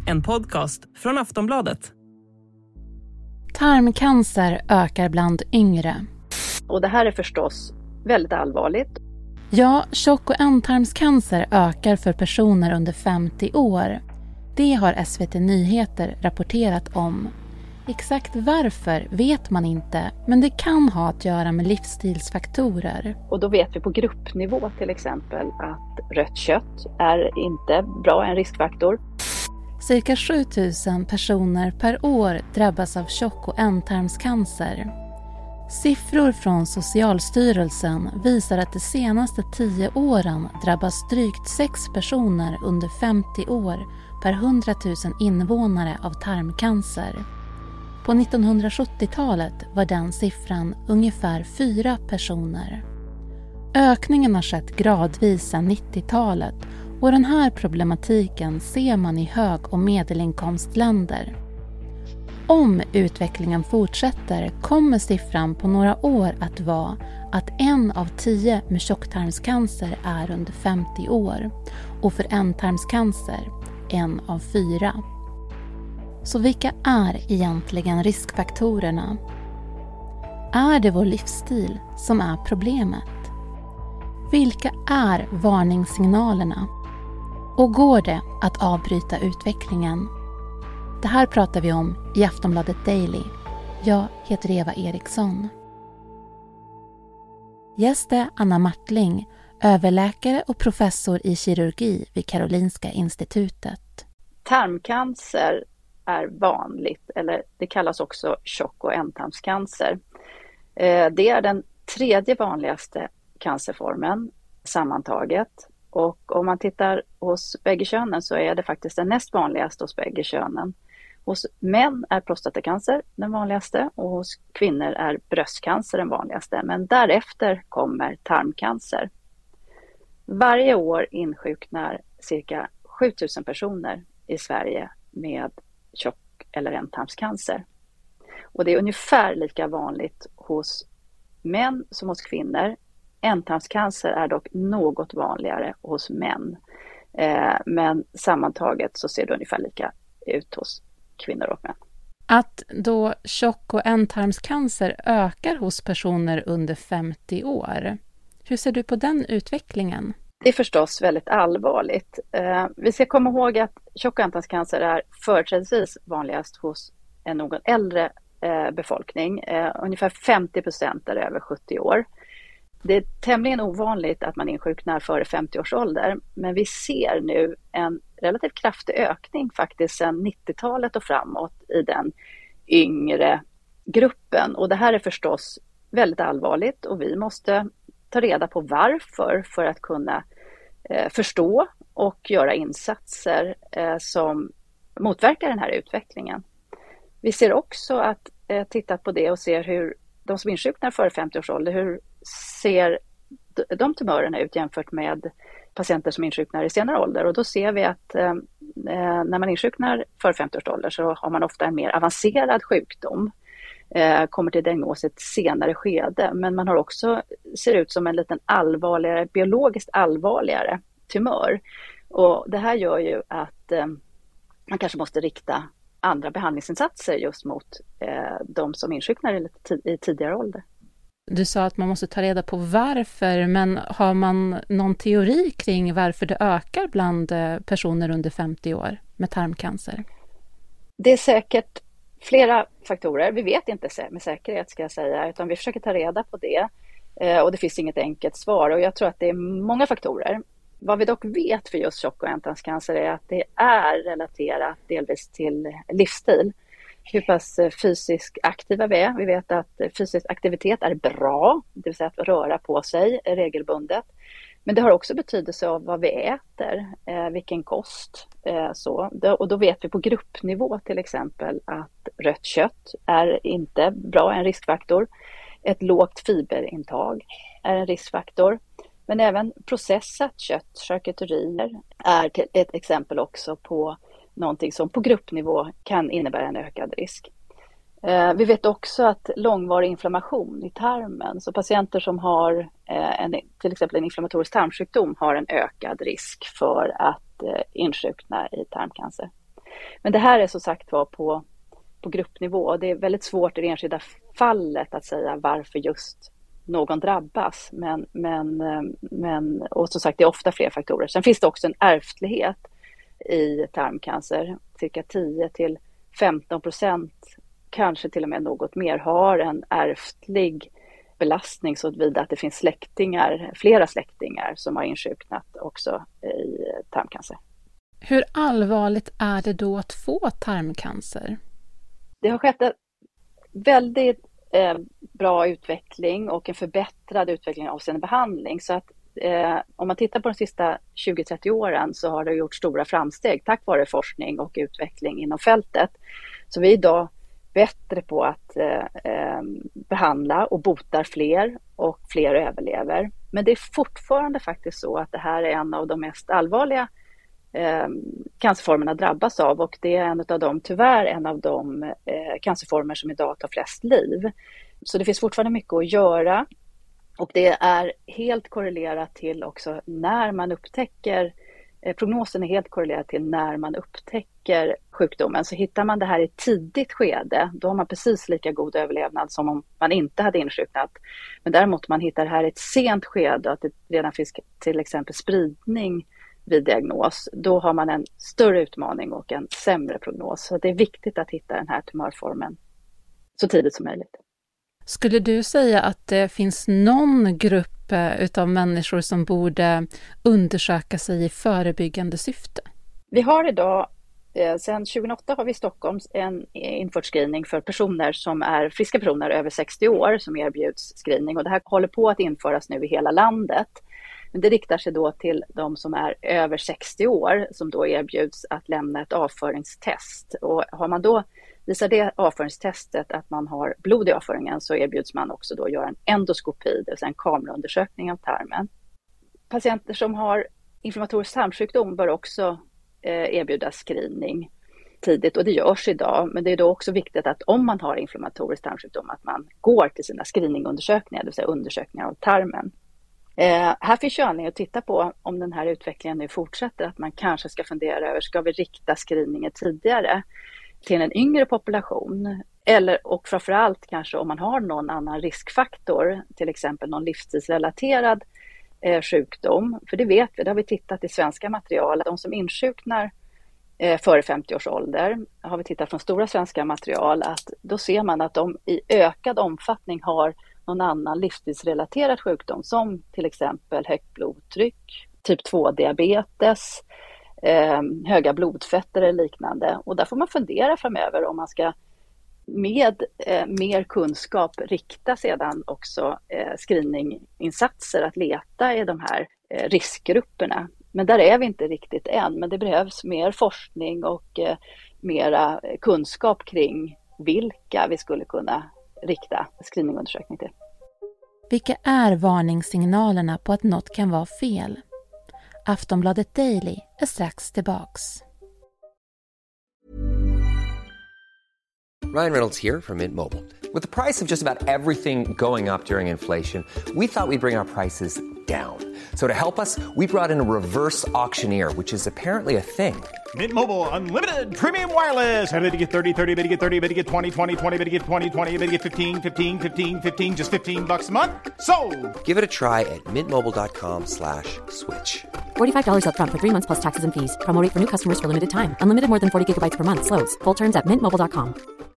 En podcast från Aftonbladet. Tarmcancer ökar bland yngre. Och det här är förstås väldigt allvarligt. Ja, tjock- och ändtarmscancer ökar för personer under 50 år. Det har SVT Nyheter rapporterat om. Exakt varför vet man inte, men det kan ha att göra med livsstilsfaktorer. Och då vet vi på gruppnivå till exempel att rött kött är inte bra, en riskfaktor. Cirka 7000 personer per år drabbas av tjock- och ändtarmscancer. Siffror från Socialstyrelsen visar att de senaste 10 åren drabbas drygt 6 personer under 50 år per 100 000 invånare av tarmcancer. På 1970-talet var den siffran ungefär 4 personer. Ökningen har skett gradvis sedan 90-talet och den här problematiken ser man i hög- och medelinkomstländer. Om utvecklingen fortsätter kommer siffran på några år att vara att 1 av 10 med tjocktarmscancer är under 50 år och för ändtarmscancer 1 av 4. Så vilka är egentligen riskfaktorerna? Är det vår livsstil som är problemet? Vilka är varningssignalerna? Och går det att avbryta utvecklingen? Det här pratar vi om i Aftonbladet Daily. Jag heter Eva Eriksson. Gäst är Anna Martling, överläkare och professor i kirurgi vid Karolinska institutet. Tarmcancer är vanligt, eller det kallas också tjock- och ändtarmscancer. Det är den 3:e vanligaste cancerformen sammantaget. Och om man tittar hos bägge könen så är det faktiskt den näst vanligaste hos bägge könen. Hos män är prostatacancer den vanligaste och hos kvinnor är bröstcancer den vanligaste. Men därefter kommer tarmcancer. Varje år insjuknar cirka 7000 personer i Sverige med tjock- eller ändtarmscancer. Och det är ungefär lika vanligt hos män som hos kvinnor. Ändtarmscancer är dock något vanligare hos män. Men sammantaget så ser det ungefär lika ut hos kvinnor och män. Att då tjock- och ändtarmscancer ökar hos personer under 50 år. Hur ser du på den utvecklingen? Det är förstås väldigt allvarligt. Vi ska komma ihåg att tjock- och ändtarmscancer är företrädesvis vanligast hos en något äldre befolkning. Ungefär 50% är över 70 år. Det är tämligen ovanligt att man insjuknar före 50 års ålder, men vi ser nu en relativt kraftig ökning faktiskt sedan 90-talet och framåt i den yngre gruppen. Och det här är förstås väldigt allvarligt och vi måste ta reda på varför för att kunna förstå och göra insatser som motverkar den här utvecklingen. Vi ser också att titta på det och ser hur de som insjuknar före 50 års ålder, hur ser de tumörerna ut jämfört med patienter som insjuknar i senare ålder. Och då ser vi att när man insjuknar före 50 års ålder så har man ofta en mer avancerad sjukdom. Kommer till diagnos i ett senare skede. Men man har också, ser ut som en liten allvarligare, biologiskt allvarligare tumör. Och det här gör ju att man kanske måste rikta andra behandlingsinsatser just mot de som insjuknar i tidigare ålder. Du sa att man måste ta reda på varför, men har man någon teori kring varför det ökar bland personer under 50 år med tarmcancer? Det är säkert flera faktorer. Vi vet inte med säkerhet ska jag säga, utan vi försöker ta reda på det. Och det finns inget enkelt svar och jag tror att det är många faktorer. Vad vi dock vet för just tjock- och ändtarmscancer är att det är relaterat delvis till livsstil. Hur pass fysiskt aktiva vi är. Vi vet att fysisk aktivitet är bra, det vill säga att röra på sig regelbundet. Men det har också betydelse av vad vi äter, vilken kost. Och då vet vi på gruppnivå till exempel att rött kött är inte bra, en riskfaktor. Ett lågt fiberintag är en riskfaktor. Men även processat kött, charkuterier, är ett exempel också på någonting som på gruppnivå kan innebära en ökad risk. Vi vet också att långvarig inflammation i tarmen, så patienter som har till exempel en inflammatorisk tarmsjukdom har en ökad risk för att insjukna i tarmcancer. Men det här är som sagt var på gruppnivå. Det är väldigt svårt i det enskilda fallet att säga varför just någon drabbas. Och som sagt, det är ofta fler faktorer. Sen finns det också en ärftlighet i tarmcancer. Cirka 10-15%, kanske till och med något mer, har en ärftlig belastning så vidare att det finns flera släktingar som har insjuknat också i tarmcancer. Hur allvarligt är det då att få tarmcancer? Det har skett en väldigt bra utveckling och en förbättrad utveckling avseende behandling. Så att om man tittar på de sista 20-30 åren så har det gjort stora framsteg tack vare forskning och utveckling inom fältet. Så vi är idag bättre på att behandla och botar fler och fler överlever. Men det är fortfarande faktiskt så att det här är en av de mest allvarliga cancerformerna drabbas av, och det är tyvärr en av de cancerformer som idag tar flest liv. Så det finns fortfarande mycket att göra, och det är helt korrelerat till också när man upptäcker, prognosen är helt korrelerad till när man upptäcker sjukdomen. Så hittar man det här i ett tidigt skede, då har man precis lika god överlevnad som om man inte hade insjuknat. Men däremot man hittar det här i ett sent skede, att det redan finns till exempel spridning vid diagnos, då har man en större utmaning och en sämre prognos. Så det är viktigt att hitta den här tumörformen så tidigt som möjligt. Skulle du säga att det finns någon grupp utav människor som borde undersöka sig i förebyggande syfte? Vi har idag, sedan 2008 har vi i Stockholm infört screening för personer som är friska personer över 60 år som erbjuds screening, och det här håller på att införas nu i hela landet. Men det riktar sig då till de som är över 60 år som då erbjuds att lämna ett avföringstest. Och visar det avföringstestet att man har blod i avföringen, så erbjuds man också då göra en endoskopi, det vill säga en kameraundersökning av tarmen. Patienter som har inflammatorisk tarmsjukdom bör också erbjudas screening tidigt, och det görs idag. Men det är då också viktigt att om man har inflammatorisk tarmsjukdom att man går till sina screeningundersökningar, det vill säga undersökningar av tarmen. Här finns ju anledning att titta på om den här utvecklingen nu fortsätter, att man kanske ska fundera över, ska vi rikta screeningen tidigare till en yngre population, och framförallt kanske om man har någon annan riskfaktor, till exempel någon livsstilsrelaterad sjukdom. För det vet vi, det har vi tittat i svenska material, de som insjuknar före 50 års ålder, har vi tittat från stora svenska material, att då ser man att de i ökad omfattning har någon annan livsstilsrelaterad sjukdom, som till exempel högt blodtryck, typ 2-diabetes, höga blodfetter eller liknande. Och där får man fundera framöver om man ska med mer kunskap rikta sedan också screeninginsatser att leta i de här riskgrupperna. Men där är vi inte riktigt än, men det behövs mer forskning och mera kunskap kring vilka vi skulle kunna rikta screeningundersökning till. Vilka är varningssignalerna på att något kan vara fel? Aftonbladet Daily är strax tillbaks. Ryan Reynolds here from Mint Mobile. With the price of just about everything going up during inflation, we thought we'd bring our prices down. So to help us, we brought in a reverse auctioneer, which is apparently a thing. Mint Mobile Unlimited Premium Wireless. How to get 30, 30, bit to get 30, bit to get 20, 20, 20, bit to get 20, 20, bit to get 15, 15, 15, 15, just $15 a month? Sold! Give it a try at mintmobile.com/switch. $45 up front for 3 months plus taxes and fees. Promo rate for new customers for limited time. Unlimited more than 40 gigabytes per month. Slows full terms at mintmobile.com.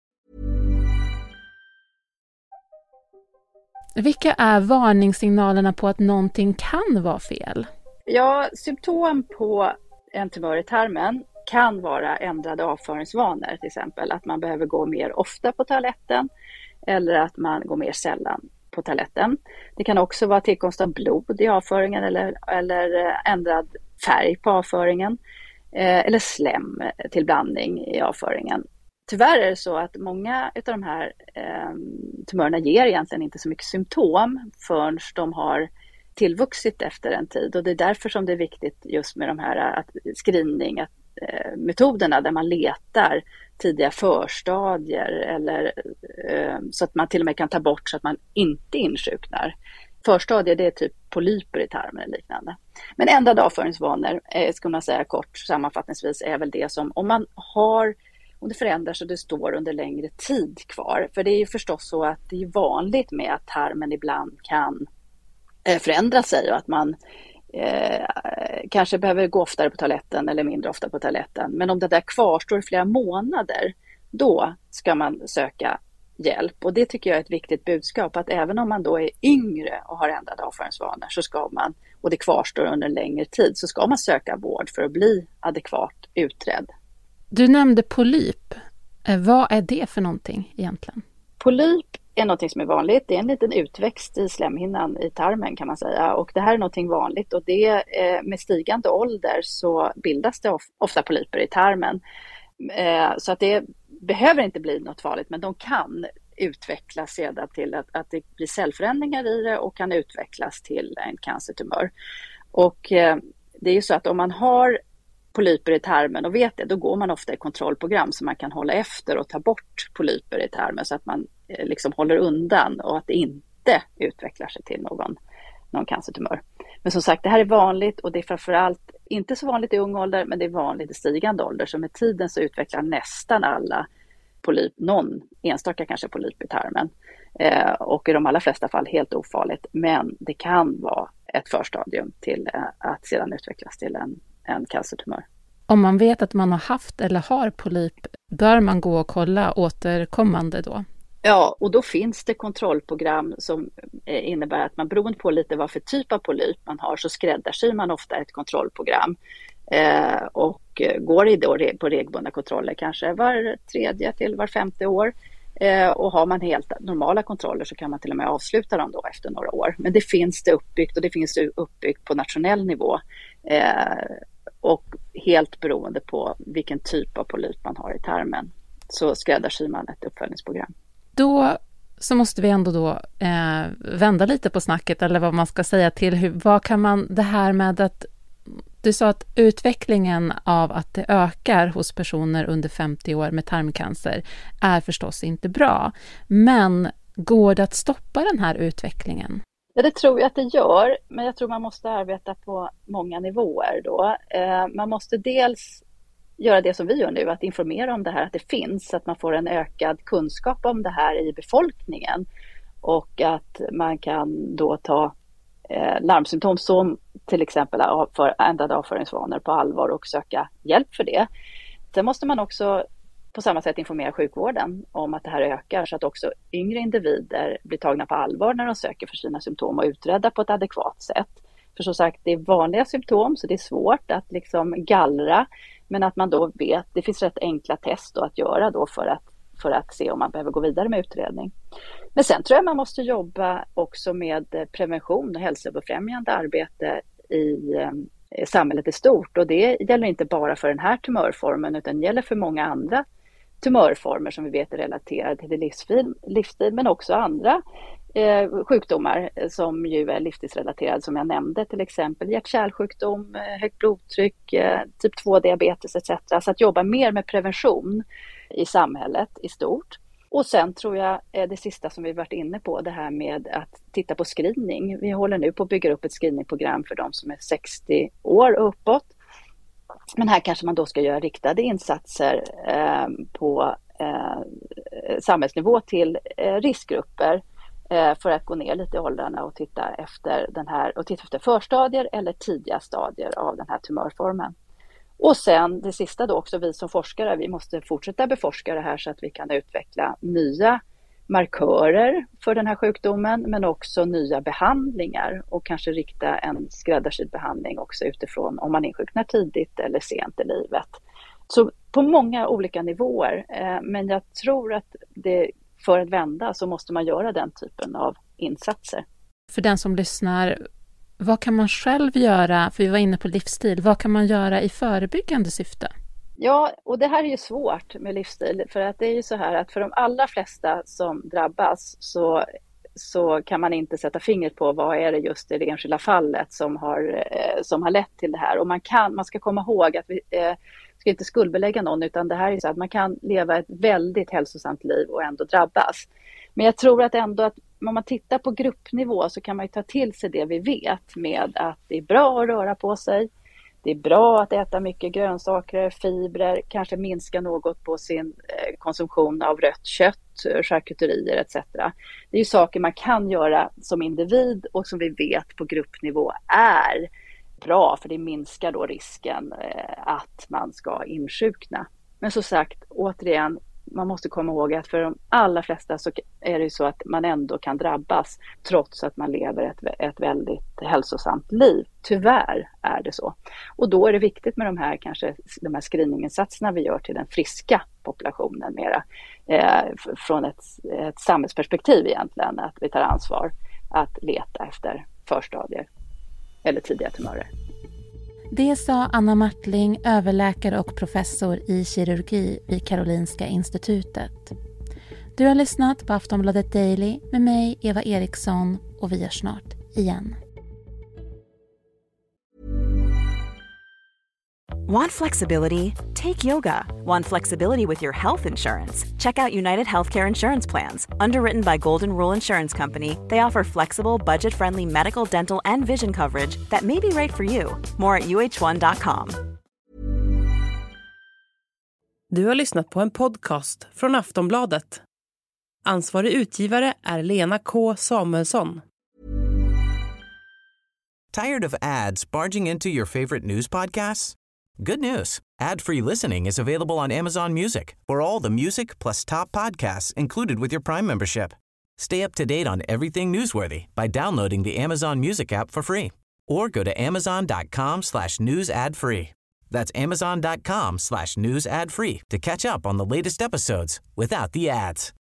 Vilka är varningssignalerna på att någonting kan vara fel? Ja, symptom på en tumör i tarmen kan vara ändrade avföringsvanor, till exempel att man behöver gå mer ofta på toaletten eller att man går mer sällan på toaletten. Det kan också vara tillkomst av blod i avföringen eller ändrad färg på avföringen eller slem till blandning i avföringen. Tyvärr är det så att många av de här tumörerna ger egentligen inte så mycket symptom förrän de har tillvuxit efter en tid. Och det är därför som det är viktigt just med de här screening-metoderna där man letar tidiga förstadier eller så att man till och med kan ta bort så att man inte insjuknar Förstadier, det är typ polyper i tarmen eller liknande. Men ändrade avföringsvanor, skulle man säga kort sammanfattningsvis, är väl det som om det förändras och det står under längre tid kvar. För det är ju förstås så att det är vanligt med att tarmen ibland kan förändra sig och att man kanske behöver gå oftare på toaletten eller mindre ofta på toaletten. Men om det där kvarstår i flera månader, då ska man söka hjälp. Och det tycker jag är ett viktigt budskap, att även om man då är yngre och har ändrade avföringsvanor så ska man, och det kvarstår under en längre tid, så ska man söka vård för att bli adekvat utredd. Du nämnde polyp. Vad är det för någonting egentligen? Polyp är någonting som är vanligt. Det är en liten utväxt i slemhinnan i tarmen kan man säga. Och det här är någonting vanligt, och det med stigande ålder så bildas det ofta polyper i tarmen. Så att det behöver inte bli något farligt, men de kan utvecklas sedan till att det blir cellförändringar i det och kan utvecklas till en cancertumör. Och det är ju så att om man har polyper i tarmen och vet det, då går man ofta i kontrollprogram så man kan hålla efter och ta bort polyper i tarmen så att man liksom håller undan och att det inte utvecklar sig till någon cancertumör. Men som sagt, det här är vanligt, och det är framförallt inte så vanligt i ung ålder, men det är vanligt i stigande ålder. Så med tiden så utvecklar nästan alla polyp, någon enstaka kanske polyp i tarmen. Och i de allra flesta fall helt ofarligt, men det kan vara ett förstadium till att sedan utvecklas till en cancertumör. Om man vet att man har haft eller har polyp, bör man gå och kolla återkommande då? Ja, och då finns det kontrollprogram som innebär att man, beroende på lite vad för typ av polyp man har, så skräddarsyr man ofta ett kontrollprogram och går i då på regelbundna kontroller kanske var 3:e till var 5:e år. Och har man helt normala kontroller så kan man till och med avsluta dem då efter några år. Men det finns det uppbyggt, och det finns det uppbyggt på nationell nivå. Och helt beroende på vilken typ av polyp man har i tarmen så skräddarsyr man ett uppföljningsprogram. Då så måste vi ändå vända lite på snacket, eller vad man ska säga till vad kan man, det här med att du sa att utvecklingen av att det ökar hos personer under 50 år med tarmcancer är förstås inte bra. Men går det att stoppa den här utvecklingen? Ja, det tror jag att det gör, men jag tror man måste arbeta på många nivåer då. Man måste dels göra det som vi gör nu, att informera om det här, att det finns, så att man får en ökad kunskap om det här i befolkningen, och att man kan då ta larmsymptom som till exempel för ändrade avföringsvanor på allvar och söka hjälp för det. Sen måste man också på samma sätt informera sjukvården om att det här ökar, så att också yngre individer blir tagna på allvar när de söker för sina symptom och utredda på ett adekvat sätt. För som sagt, det är vanliga symptom så det är svårt att liksom gallra, men att man då vet, det finns rätt enkla test då att göra då för att se om man behöver gå vidare med utredning. Men sen tror jag man måste jobba också med prevention och hälsobefrämjande arbete i samhället i stort. Och det gäller inte bara för den här tumörformen, utan det gäller för många andra tumörformer som vi vet är relaterade till livsstil, men också andra sjukdomar som ju är livsstilsrelaterade, som jag nämnde, till exempel hjärt-kärlsjukdom, högt blodtryck, typ 2-diabetes etc. Så att jobba mer med prevention i samhället i stort. Och sen tror jag det sista som vi varit inne på, det här med att titta på screening. Vi håller nu på att bygga upp ett screeningprogram för de som är 60 år och uppåt. Men här kanske man då ska göra riktade insatser på samhällsnivå till riskgrupper för att gå ner lite i åldrarna och titta efter förstadier eller tidiga stadier av den här tumörformen. Och sen det sista då också, vi som forskare, vi måste fortsätta beforska det här så att vi kan utveckla nya markörer för den här sjukdomen, men också nya behandlingar och kanske rikta en skräddarsydd behandling också utifrån om man insjuknar tidigt eller sent i livet. Så på många olika nivåer, men jag tror att för att vända så måste man göra den typen av insatser. För den som lyssnar, vad kan man själv göra, för vi var inne på livsstil, vad kan man göra i förebyggande syfte? Ja, och det här är ju svårt med livsstil, för att det är ju så här att för de allra flesta som drabbas så kan man inte sätta fingret på vad är det just i det enskilda fallet som har lett till det här. Och man ska komma ihåg att vi ska inte skuldbelägga någon, utan det här är så att man kan leva ett väldigt hälsosamt liv och ändå drabbas. Men jag tror att ändå att om man tittar på gruppnivå så kan man ju ta till sig det vi vet med att det är bra att röra på sig. Det är bra att äta mycket grönsaker, fibrer, kanske minska något på sin konsumtion av rött kött, charkuterier etc. Det är ju saker man kan göra som individ och som vi vet på gruppnivå är bra, för det minskar då risken att man ska insjukna. Men som sagt, återigen, man måste komma ihåg att för de allra flesta så är det ju så att man ändå kan drabbas trots att man lever ett väldigt hälsosamt liv. Tyvärr är det så. Och då är det viktigt med de här screeninginsatserna vi gör till den friska populationen mera. Från ett samhällsperspektiv egentligen, att vi tar ansvar att leta efter förstadier eller tidiga tumörer. Det sa Anna Martling, överläkare och professor i kirurgi vid Karolinska institutet. Du har lyssnat på Aftonbladet Daily med mig, Eva Eriksson, och vi är snart igen. Want flexibility? Take yoga. Want flexibility with your health insurance? Check out United Healthcare Insurance Plans. Underwritten by Golden Rule Insurance Company, they offer flexible, budget-friendly medical, dental, and vision coverage that may be right for you. More at uh1.com. Du har lyssnat på en podcast från Aftonbladet. Ansvarig utgivare är Lena K. Samuelsson. Tired of ads barging into your favorite news podcasts? Good news. Ad-free listening is available on Amazon Music for all the music plus top podcasts included with your Prime membership. Stay up to date on everything newsworthy by downloading the Amazon Music app for free or go to amazon.com/news ad free. That's amazon.com/news ad free to catch up on the latest episodes without the ads.